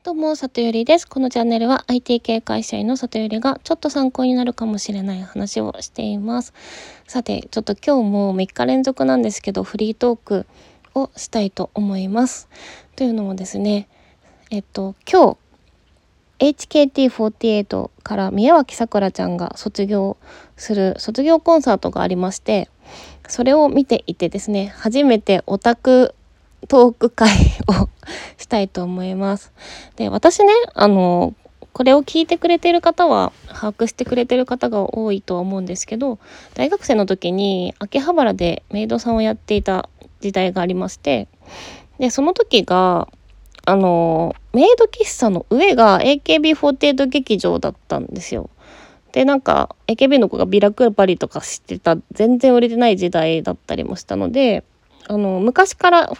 どうも、里よりです。このチャンネルは IT 系会社員の里よりがちょっと参考になるかもしれない話をしています。さて、ちょっと今日も3日連続なんですけど、フリートークをしたいと思います。というのもですね、今日 HKT48 から宮脇さくらちゃんが卒業する卒業コンサートがありまして、それを見ていてですね、初めてオタクトーク会をしたいと思います。で、私ね、これを聞いてくれている方は把握してくれている方が多いとは思うんですけど、大学生の時に秋葉原でメイドさんをやっていた時代がありまして、でその時がメイド喫茶の上が AKB48 劇場だったんですよ。でなんか AKB の子がビラ配りとかしてた全然売れてない時代だったりもしたので、昔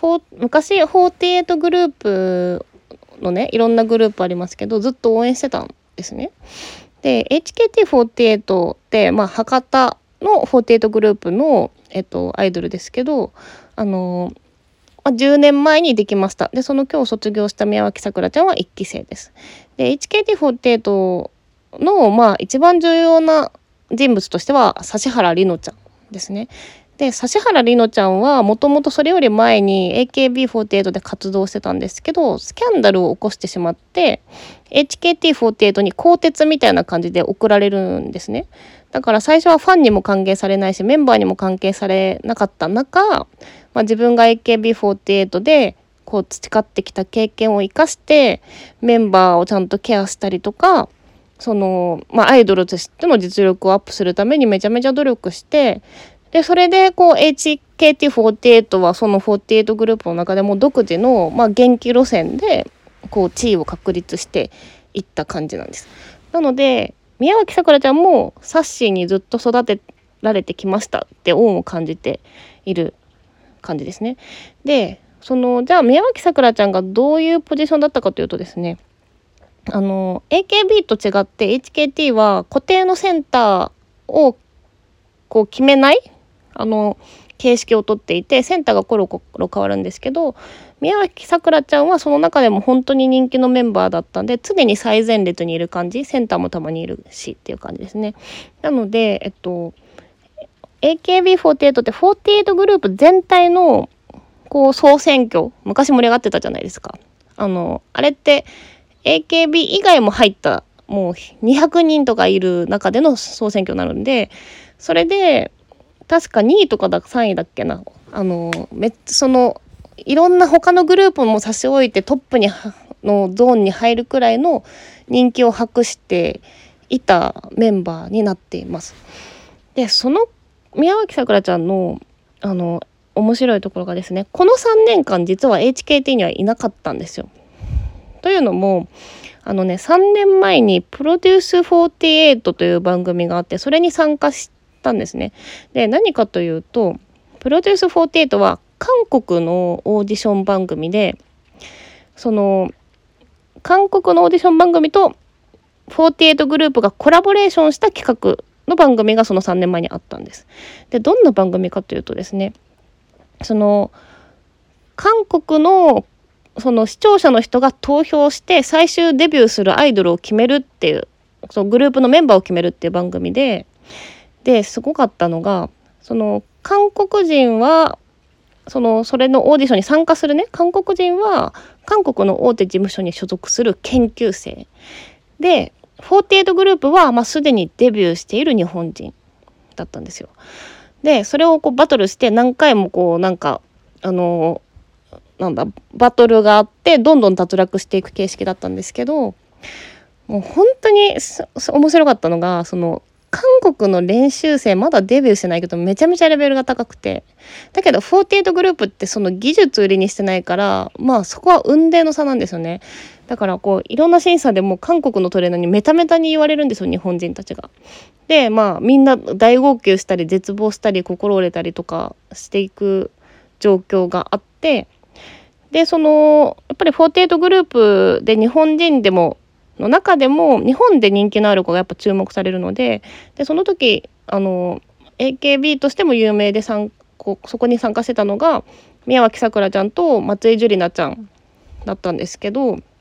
48グループのね、いろんなグループありますけど、ずっと応援してたんですね。で HKT48 って、博多の48グループの、アイドルですけど、10年前にできました。でその今日卒業した宮脇さくらちゃんは1期生です。で HKT48 の、一番重要な人物としては指原莉乃ちゃんですね。で指原莉乃ちゃんはもともとそれより前に AKB48 で活動してたんですけど、スキャンダルを起こしてしまって HKT48 に更迭みたいな感じで送られるんですね。だから最初はファンにも歓迎されないし、メンバーにも関係されなかった中、自分が AKB48 でこう培ってきた経験を生かしてメンバーをちゃんとケアしたりとか、アイドルとしての実力をアップするためにめちゃめちゃ努力して、でそれでこう HKT48 はその48グループの中でも独自の、元気路線でこう地位を確立していった感じなんです。なので宮脇さくらちゃんもサッシーにずっと育てられてきましたって恩を感じている感じですね。でじゃあ宮脇さくらちゃんがどういうポジションだったかというとですね、AKB と違って HKT は固定のセンターをこう決めない形式をとっていて、センターがコロコロ変わるんですけど、宮脇さくらちゃんはその中でも本当に人気のメンバーだったんで、常に最前列にいる感じ、センターもたまにいるしっていう感じですね。なのでAKB48 って48グループ全体のこう総選挙、昔盛り上がってたじゃないですか。あれって AKB 以外も入ったもう200人とかいる中での総選挙になるんで、それで確か2位とか3位だっけな、いろんな他のグループも差し置いてトップのゾーンに入るくらいの人気を博していたメンバーになっています。でその宮脇さくらちゃんの面白いところがですね、この3年間実は HKT にはいなかったんですよ。というのも3年前にプロデュース48という番組があって、それに参加したんですね。で何かというと、プロデュース48は韓国のオーディション番組で、韓国のオーディション番組と48グループがコラボレーションした企画の番組がその3年前にあったんです。でどんな番組かというとですね、韓国の視聴者の人が投票して最終デビューするアイドルを決めるっていう、そのグループのメンバーを決めるっていう番組ですごかったのが、韓国人はそれのオーディションに参加するね、韓国人は韓国の大手事務所に所属する研究生で、48グループはすでにデビューしている日本人だったんですよ。でそれをこうバトルして何回もこうバトルがあってどんどん脱落していく形式だったんですけど、もう本当に面白かったのが、韓国の練習生まだデビューしてないけどめちゃめちゃレベルが高くて、だけど48グループってその技術売りにしてないから、そこは雲泥の差なんですよね。だからこういろんな審査でも韓国のトレーナーにメタメタに言われるんですよ、日本人たちが。でみんな大号泣したり絶望したり心折れたりとかしていく状況があって、でやっぱり48グループで日本人でもの中でも日本で人気のある子がやっぱ注目されるので、その時AKB としても有名でそこに参加してたのが宮脇さくらちゃんと松井樹里奈ちゃんだったんですけど、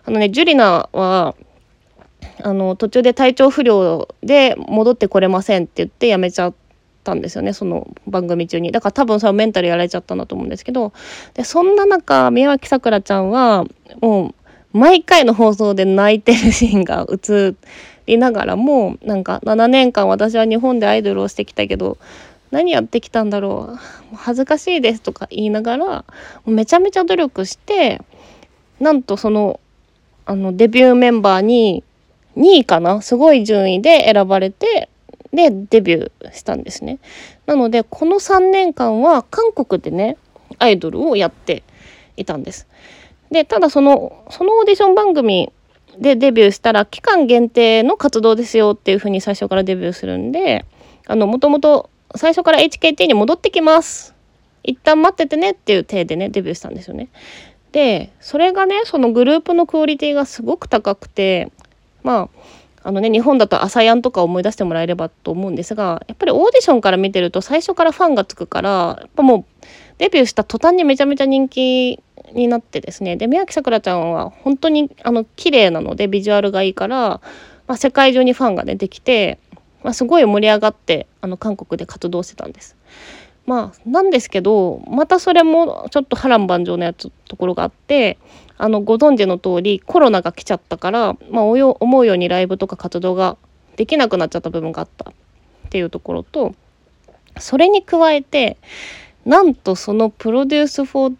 ジュリナは途中で体調不良で戻ってこれませんって言って辞めちゃったんですよね、その番組中に。だから多分それメンタルやられちゃったんだと思うんですけど、でそんな中宮脇さくらちゃんはもう毎回の放送で泣いてるシーンが映りながらも、なんか7年間私は日本でアイドルをしてきたけど何やってきたんだろう、恥ずかしいですとか言いながらめちゃめちゃ努力して、なんとそのデビューメンバーに2位かな、すごい順位で選ばれて、でデビューしたんですね。なのでこの3年間は韓国でねアイドルをやっていたんです。でただそのオーディション番組でデビューしたら期間限定の活動ですよっていう風に最初からデビューするんで、もともと最初から HKT に戻ってきます、一旦待っててねっていう体でねデビューしたんですよね。でそれがね、そのグループのクオリティがすごく高くて、日本だとアサヤンとか思い出してもらえればと思うんですが、やっぱりオーディションから見てると最初からファンがつくから、やっぱもうデビューした途端にめちゃめちゃ人気になってですね、で宮脇さくらちゃんは本当に綺麗なのでビジュアルがいいから、世界中にファンがねできて、すごい盛り上がって韓国で活動してたんです。なんですけど、またそれもちょっと波乱万丈なところがあって、ご存知の通りコロナが来ちゃったから、思うようにライブとか活動ができなくなっちゃった部分があったっていうところと、それに加えてなんとそのプロデュース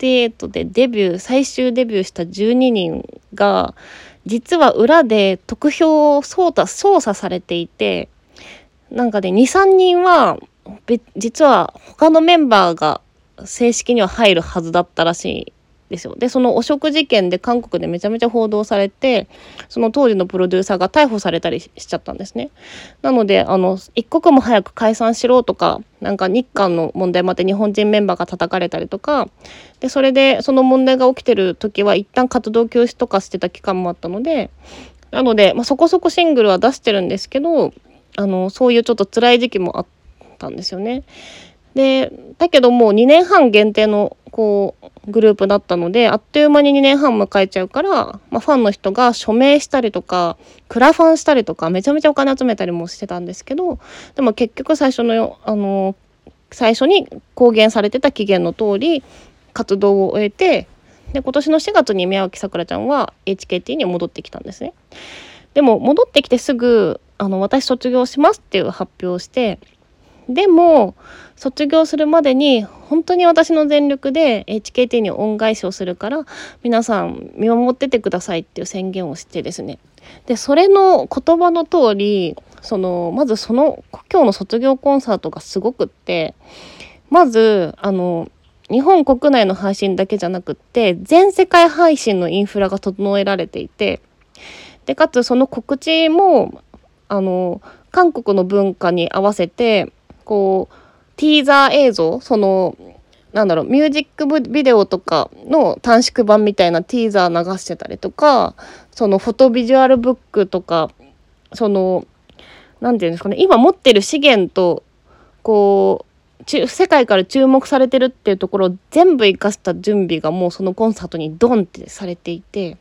48で最終デビューした12人が実は裏で得票を操作されていて、なんかね 2,3 人は実は他のメンバーが正式には入るはずだったらしいですよ。でその汚職事件で韓国でめちゃめちゃ報道されて、その当時のプロデューサーが逮捕されたりしちゃったんですね。なので一刻も早く解散しろとか、なんか日韓の問題もあって日本人メンバーが叩かれたりとかで、それでその問題が起きてる時は一旦活動休止とかしてた期間もあったので、そこそこシングルは出してるんですけど、そういうちょっと辛い時期もあったんですよね。でだけどもう2年半限定のグループだったので、あっという間に2年半迎えちゃうから、ファンの人が署名したりとかクラファンしたりとかめちゃめちゃお金集めたりもしてたんですけど、でも結局最初に公言されてた期限の通り活動を終えて、で今年の4月に宮脇さくらちゃんは HKT に戻ってきたんですね。でも戻ってきてすぐ私卒業しますっていう発表をして、でも卒業するまでに本当に私の全力で HKT に恩返しをするから皆さん見守っててくださいっていう宣言をしてですね、でそれの言葉の通りまず今日の卒業コンサートがすごくって、まず日本国内の配信だけじゃなくって全世界配信のインフラが整えられていて、でかつその告知も韓国の文化に合わせてティーザー映像、ミュージックビデオとかの短縮版みたいなティーザー流してたりとか、フォトビジュアルブックとか、なんていうんですかね、今持ってる資源と世界から注目されてるっていうところを全部生かした準備がもうそのコンサートにドンってされていて、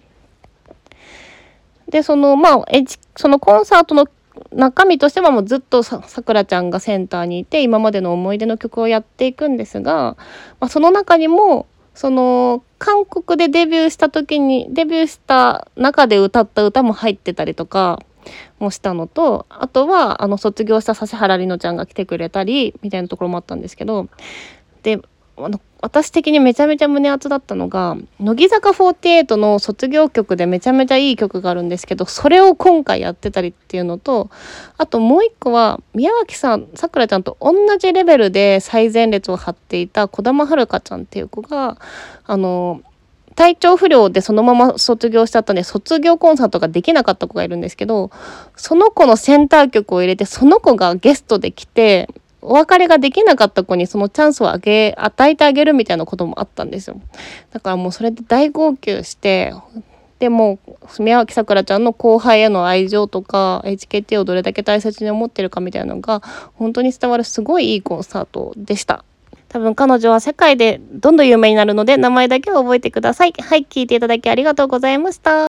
でそのコンサートの中身としてはもうずっとさくらちゃんがセンターにいて今までの思い出の曲をやっていくんですが、その中にも韓国でデビューした中で歌った歌も入ってたりとかもしたのと、あとは卒業した指原莉乃ちゃんが来てくれたりみたいなところもあったんですけど、で私的にめちゃめちゃ胸熱だったのが乃木坂48の卒業曲でめちゃめちゃいい曲があるんですけど、それを今回やってたりっていうのと、あともう一個は宮脇さくらちゃんと同じレベルで最前列を張っていた児玉遥ちゃんっていう子が体調不良でそのまま卒業しちゃったんで卒業コンサートができなかった子がいるんですけど、その子のセンター曲を入れてその子がゲストで来てお別れができなかった子にそのチャンスを与えてあげるみたいなこともあったんですよ。だからもうそれで大号泣して、でも宮脇さくらちゃんの後輩への愛情とか HKT をどれだけ大切に思ってるかみたいなのが本当に伝わるすごいいいコンサートでした。多分彼女は世界でどんどん有名になるので名前だけは覚えてください。はい、聞いていただきありがとうございました。